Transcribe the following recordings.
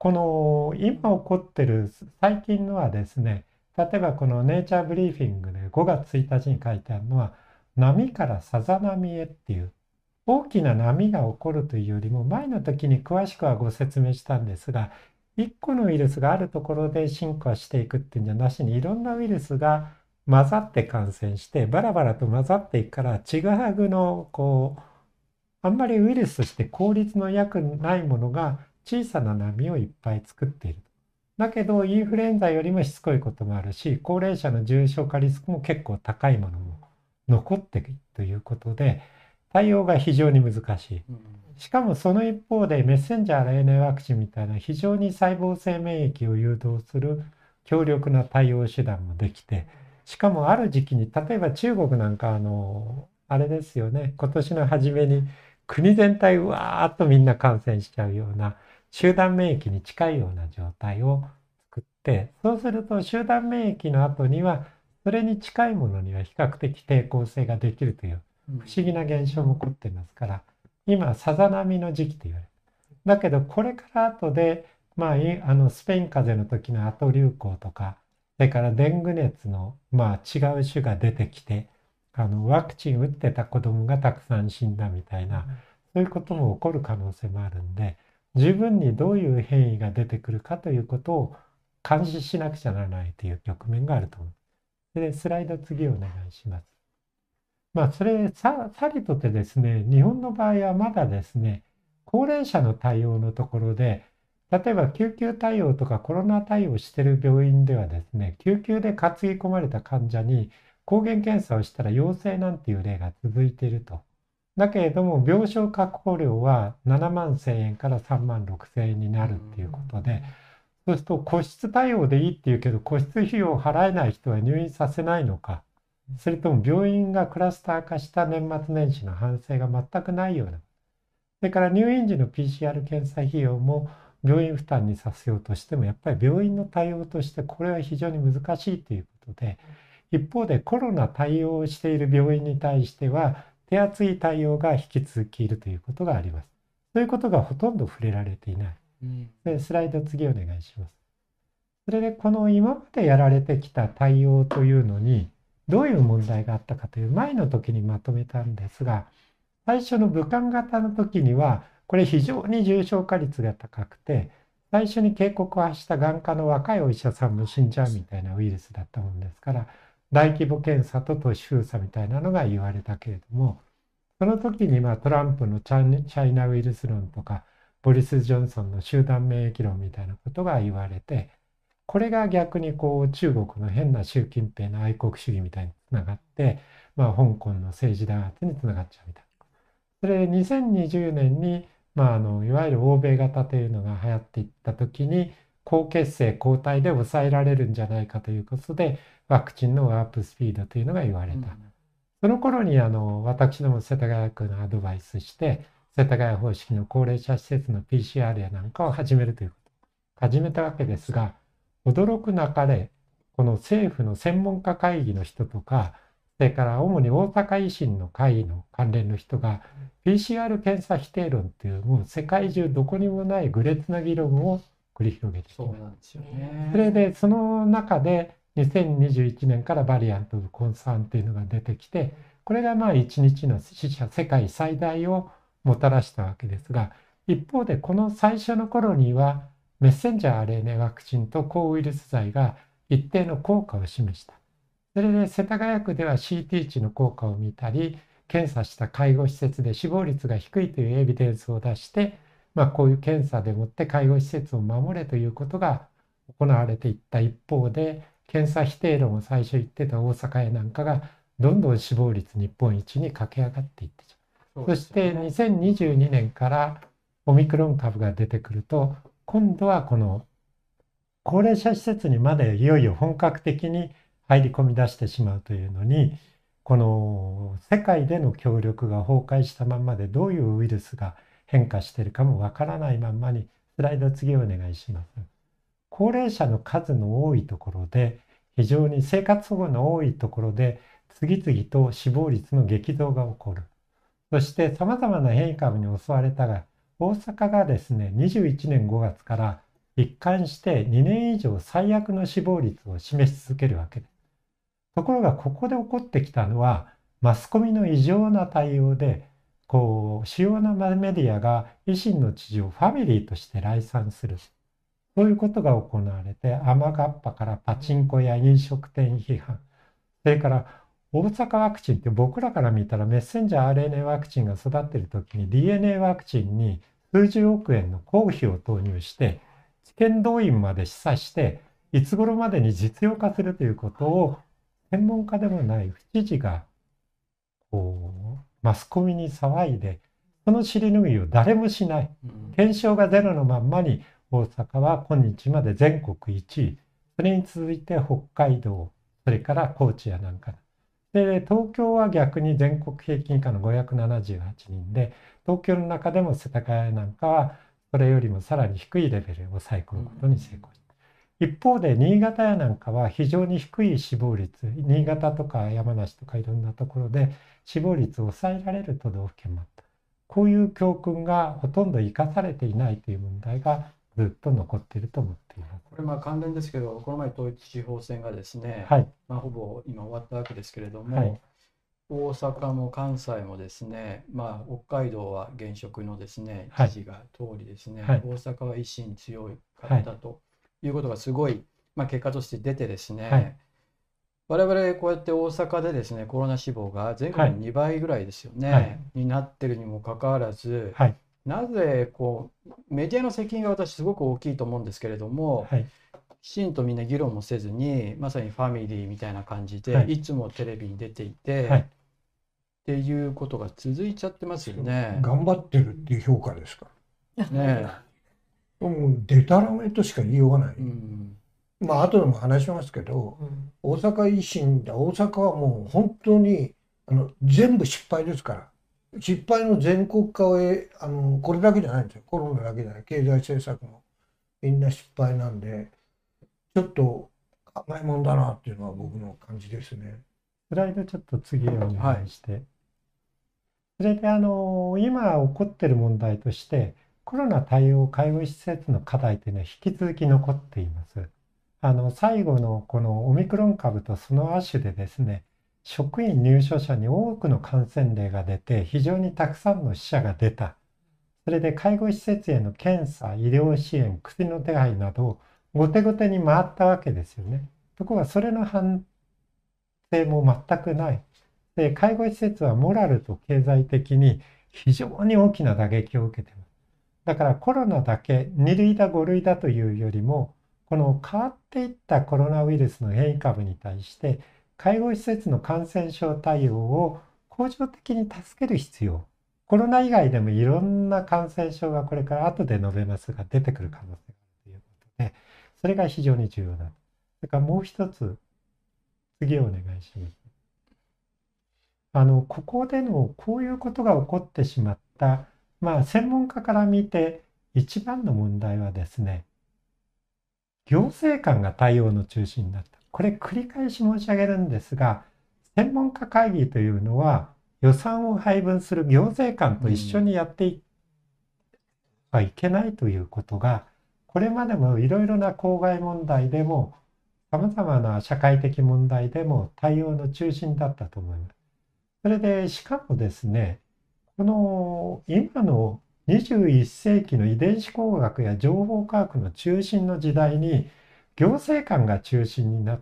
この今起こってる最近のはですね、例えばこのネイチャーブリーフィングで5月1日に書いてあるのは、波からさざ波へっていう大きな波が起こるというよりも、前の時に詳しくはご説明したんですが、1個のウイルスがあるところで進化していくっていうんじゃなしに、いろんなウイルスが混ざって感染して、バラバラと混ざっていくから、ちぐはぐのあんまりウイルスとして効率の良くないものが小さな波をいっぱい作っている。だけど、インフルエンザよりもしつこいこともあるし、高齢者の重症化リスクも結構高いものも残っているということで、対応が非常に難しい。しかもその一方でメッセンジャー RNA ワクチンみたいな非常に細胞性免疫を誘導する強力な対応手段もできて、しかもある時期に、例えば中国なんかあれですよね、今年の初めに国全体うわーっとみんな感染しちゃうような集団免疫に近いような状態を作って、そうすると集団免疫の後にはそれに近いものには比較的抵抗性ができるという不思議な現象も起こっていますから、今さざ波の時期と言われる。だけどこれから後で、スペイン風邪の時の後流行とか、それからデング熱の、違う種が出てきて、ワクチン打ってた子どもがたくさん死んだみたいな、そういうことも起こる可能性もあるんで、十分にどういう変異が出てくるかということを監視しなくちゃならないという局面があると思う。で、スライド次お願いします。それさりとてですね、日本の場合はまだですね、高齢者の対応のところで、例えば救急対応とかコロナ対応している病院ではですね、救急で担ぎ込まれた患者に抗原検査をしたら陽性なんていう例が続いていると。だけれども、病床確保料は7万1000円から3万6千円になるっていうことで、そうすると個室対応でいいっていうけど、個室費用を払えない人は入院させないのか、それとも病院がクラスター化した年末年始の反省が全くないような。それから入院時の PCR 検査費用も病院負担にさせようとしても、やっぱり病院の対応としてこれは非常に難しいということで、一方でコロナ対応している病院に対しては、手厚い対応が引き続きいるということがあります。そういうことがほとんど触れられていない。で、スライド次お願いします。それでこの今までやられてきた対応というのにどういう問題があったかという前の時にまとめたんですが、最初の武漢型の時にはこれ非常に重症化率が高くて、最初に警告を発した眼科の若いお医者さんも死んじゃうみたいなウイルスだったもんですから、大規模検査と都市封鎖みたいなのが言われたけれども、その時にトランプのチャイナウイルス論とかボリス・ジョンソンの集団免疫論みたいなことが言われて、これが逆に中国の変な習近平の愛国主義みたいにつながって、香港の政治弾圧につながっちゃうみたいな。それで2020年に、いわゆる欧米型というのが流行っていった時に、高血清抗体で抑えられるんじゃないかということで、ワクチンのワープスピードというのが言われた。その頃に私ども世田谷区のアドバイスして、世田谷方式の高齢者施設の PCR やなんかを始めるということ。始めたわけですが、驚くなかれ、この政府の専門家会議の人とか、それから主に大阪維新の会の関連の人が、PCR 検査否定論っていう、もう世界中どこにもない愚劣な議論を繰り広げてきます。それで、その中で、2021年からバリアント・オブ・コンサーンというのが出てきて、これが1日の死者世界最大をもたらしたわけですが、一方でこの最初の頃にはメッセンジャー RNA ワクチンと抗ウイルス剤が一定の効果を示した。それで世田谷区では CT 値の効果を見たり、検査した介護施設で死亡率が低いというエビデンスを出して、こういう検査でもって介護施設を守れということが行われていった一方で、検査否定論を最初言ってた大阪やなんかがどんどん死亡率日本一に駆け上がっていってしまう。そして2022年からオミクロン株が出てくると、今度はこの高齢者施設にまでいよいよ本格的に入り込み出してしまうというのに、この世界での協力が崩壊したまんまでどういうウイルスが変化しているかもわからないまんまに、スライド次お願いします。高齢者の数の多いところで、非常に生活保護の多いところで、次々と死亡率の激増が起こる。そして様々な変異株に襲われたが、大阪がですね、21年5月から一貫して2年以上最悪の死亡率を示し続けるわけです。ところがここで起こってきたのはマスコミの異常な対応で、主要なメディアが維新の知事をファミリーとして礼賛する。そういうことが行われて、雨がっぱからパチンコや飲食店批判、それから大阪ワクチンって僕らから見たらメッセンジャー RNA ワクチンが育っている時に DNA ワクチンに数十億円の公費を投入して治験動員まで示唆していつ頃までに実用化するということを専門家でもない府知事がマスコミに騒いで、その尻拭いを誰もしない。検証がゼロのまんまに大阪は今日まで全国1位、それに続いて北海道、それから高知やなんかで、東京は逆に全国平均以下の578人で、東京の中でも世田谷なんかはそれよりもさらに低いレベルを抑え込むことに成功した。一方で新潟やなんかは非常に低い死亡率、新潟とか山梨とかいろんなところで死亡率を抑えられる都道府県もあった。こういう教訓がほとんど生かされていないという問題がずっと残っていると思っています。 これ関連ですけど、この前統一地方選がですね、 はい。 ほぼ今終わったわけですけれども、 はい。 大阪も関西もですね、北海道は現職のですね、 はい知事が通りですね、 はい。 大阪は維新強かはい。 ったということがすごい、結果として出てですはい。 ね、我々こうやって大阪でですね、コロナ死亡が全国のはい。 2倍ぐらいですよはい。 ね、になってるにもかかわらず、 はい。 なぜメディアの責任が私すごく大きいと思うんですけれども、 はい。 きちんとみんな議論もせずに、まさにファミリーみたいな感じで、 はい。 いつもテレビに出ていはて、 い。 っていうことが続いちゃってますよね。 頑張ってるっていう評価ですか。 ねもうデタラメとしか言いようがない。 え。うん。 後でも話しますけど、大阪維新だ、大阪はもう本当に全部失敗ですから。失敗の全国化をこれだけじゃないんですよ。コロナだけじゃない。経済政策もみんな失敗なんで、ちょっと考えもんだなっていうのは僕の感じですね。 スライドちょっと次お願いして。それで今起こっている問題として、コロナ対応介護施設の課題というのは引き続き残っています。最後のこのオミクロン株とその亜種でですね、職員入所者に多くの感染例が出て、非常にたくさんの死者が出た。それで介護施設への検査、医療支援、薬の手配など、後手後手に回ったわけですよね。ところがそれの反省も全くない。で、介護施設はモラルと経済的に非常に大きな打撃を受けています。だからコロナだけ2類だ5類だというよりも、この変わっていったコロナウイルスの変異株に対して介護施設の感染症対応を恒常的に助ける必要。コロナ以外でもいろんな感染症がこれから後で述べますが出てくる可能性があるということで、それが非常に重要だ。それからもう一つ、次をお願いします。ここでのこういうことが起こってしまった、専門家から見て一番の問題はですね、行政官が対応の中心になった。これ繰り返し申し上げるんですが、専門家会議というのは予算を配分する行政官と一緒にやっていはいけないということが、これまでもいろいろな公害問題でも、さまざまな社会的問題でも対応の中心だったと思います。それで、しかもですね、この今の21世紀の遺伝子工学や情報科学の中心の時代に、行政官が中心になって、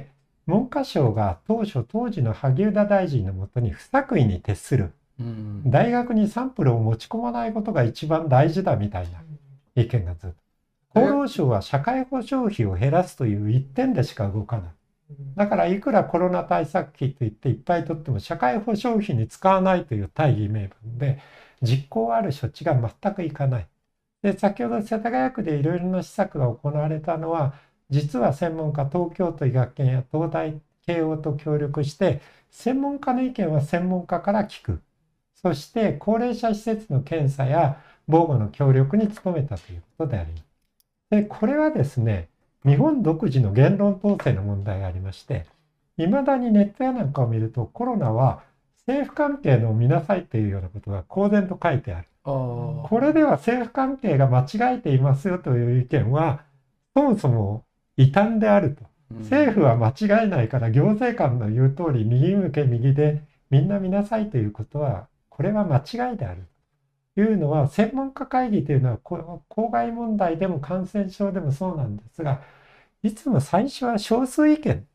文科省が当時の萩生田大臣のもとに不作為に徹する。大学にサンプルを持ち込まないことが一番大事だみたいな意見がずっと。厚労省は社会保障費を減らすという一点でしか動かない。だからいくらコロナ対策費といっていっぱい取っても社会保障費に使わないという大義名分で実効ある処置が全くいかない。で、先ほど世田谷区でいろいろな施策が行われたのは、実は専門家、東京都医学研や東大、慶応と協力して、専門家の意見は専門家から聞く。そして高齢者施設の検査や防護の協力に努めたということであります。で、これはですね、日本独自の言論統制の問題がありまして、いまだにネットやなんかを見るとコロナは政府関係のを見なさいというようなことが公然と書いてある。 あこれでは政府関係が間違えていますよという意見はそもそも異端であると。政府は間違えないから行政官の言う通り右向け右でみんな見なさいということはこれは間違いであるというのは、専門家会議というのは公害問題でも感染症でもそうなんですが、いつも最初は少数意見。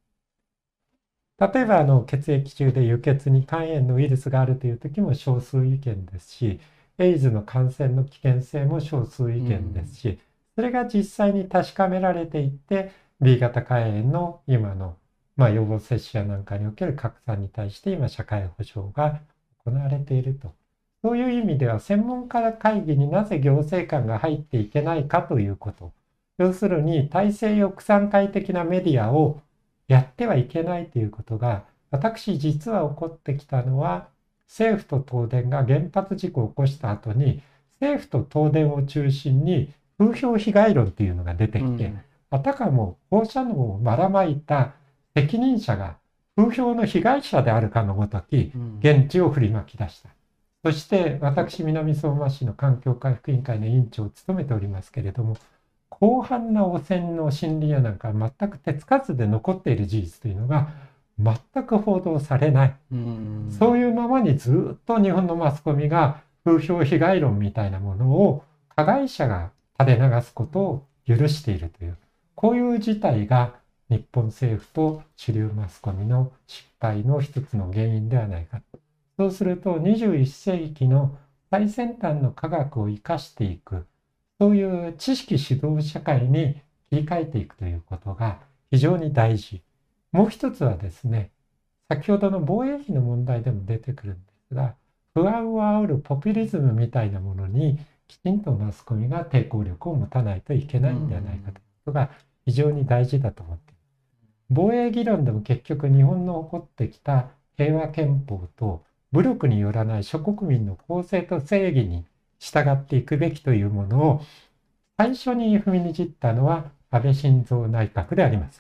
例えば血液中で輸血に肝炎のウイルスがあるという時も少数意見ですし、エイズの感染の危険性も少数意見ですし、それが実際に確かめられていって B 型肝炎の今の、予防接種やなんかにおける拡散に対して今社会保障が行われていると。そういう意味では専門家会議になぜ行政官が入っていけないかということ。要するに体制抑散会的なメディアをやってはいけないということが、私実は起こってきたのは、政府と東電が原発事故を起こした後に、政府と東電を中心に風評被害論というのが出てきて、あたかも放射能をばらまいた責任者が風評の被害者であるかのごとき、現地を振りまき出した。そして私、南相馬市の環境回復委員会の委員長を務めておりますけれども、広範な汚染の森林やなんか全く手つかずで残っている事実というのが全く報道されない。そういうままにずっと日本のマスコミが風評被害論みたいなものを加害者が垂れ流すことを許しているという、こういう事態が日本政府と主流マスコミの失敗の一つの原因ではないか。そうすると21世紀の最先端の科学を生かしていく、そういう知識指導社会に切り替えていくということが非常に大事。もう一つはですね、先ほどの防衛費の問題でも出てくるんですが、不安を煽るポピュリズムみたいなものにきちんとマスコミが抵抗力を持たないといけないんではないかということが非常に大事だと思っています。防衛議論でも結局日本の起こってきた平和憲法と武力によらない諸国民の公正と正義に従っていくべきというものを最初に踏みにじったのは安倍晋三内閣であります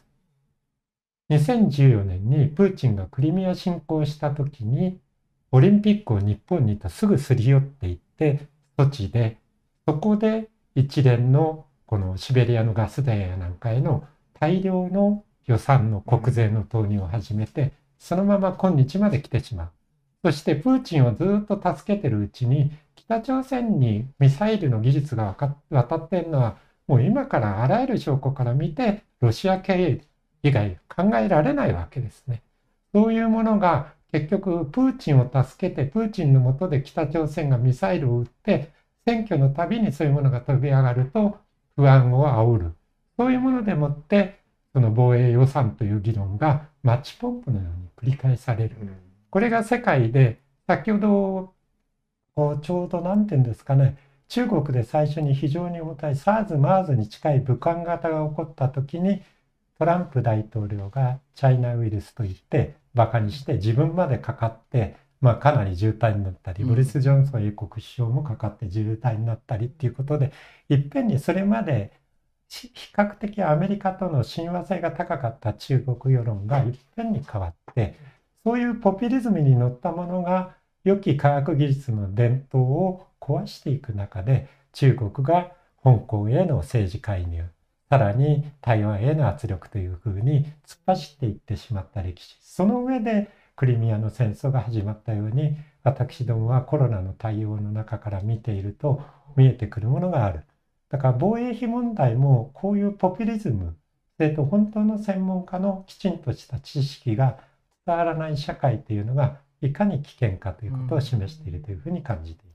。2014年にプーチンがクリミア侵攻した時にオリンピックを日本にとすぐすり寄っていって措置で、そこで一連のこのシベリアのガス田やなんかへの大量の予算の国税の投入を始めて、そのまま今日まで来てしまう。そしてプーチンをずっと助けてるうちに北朝鮮にミサイルの技術が渡っているのはもう今からあらゆる証拠から見てロシア経営以外考えられないわけですね。そういうものが結局プーチンを助けて、プーチンの下で北朝鮮がミサイルを撃って選挙のたびにそういうものが飛び上がると不安を煽る。そういうものでもってその防衛予算という議論がマッチポンプのように繰り返される。これが世界で先ほどちょうど何て言うんですかね、中国で最初に非常に重たい SARS、MERS に近い武漢型が起こった時にトランプ大統領がチャイナウイルスと言ってバカにして自分までかかって、かなり重体になったり、ボリス・ジョンソン英国首相もかかって重体になったりっていうことで、いっぺんにそれまで比較的アメリカとの親和性が高かった中国世論がいっぺんに変わって、そういうポピュリズムに乗ったものが良き科学技術の伝統を壊していく中で、中国が香港への政治介入、さらに台湾への圧力というふうに突っ走っていってしまった歴史。その上でクリミアの戦争が始まったように、私どもはコロナの対応の中から見ていると見えてくるものがある。だから防衛費問題もこういうポピュリズム、それと本当の専門家のきちんとした知識が伝わらない社会というのがいかに危険かということを示しているというふうに感じています。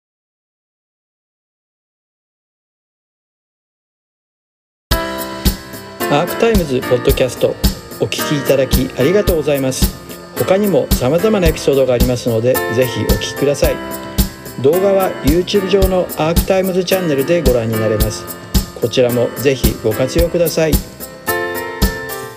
アークタイムズポッドキャストお聞きいただきありがとうございます。他にも様々なエピソードがありますので、ぜひお聞きください。動画は YouTube 上のアークタイムズチャンネルでご覧になれます。こちらもぜひご活用ください。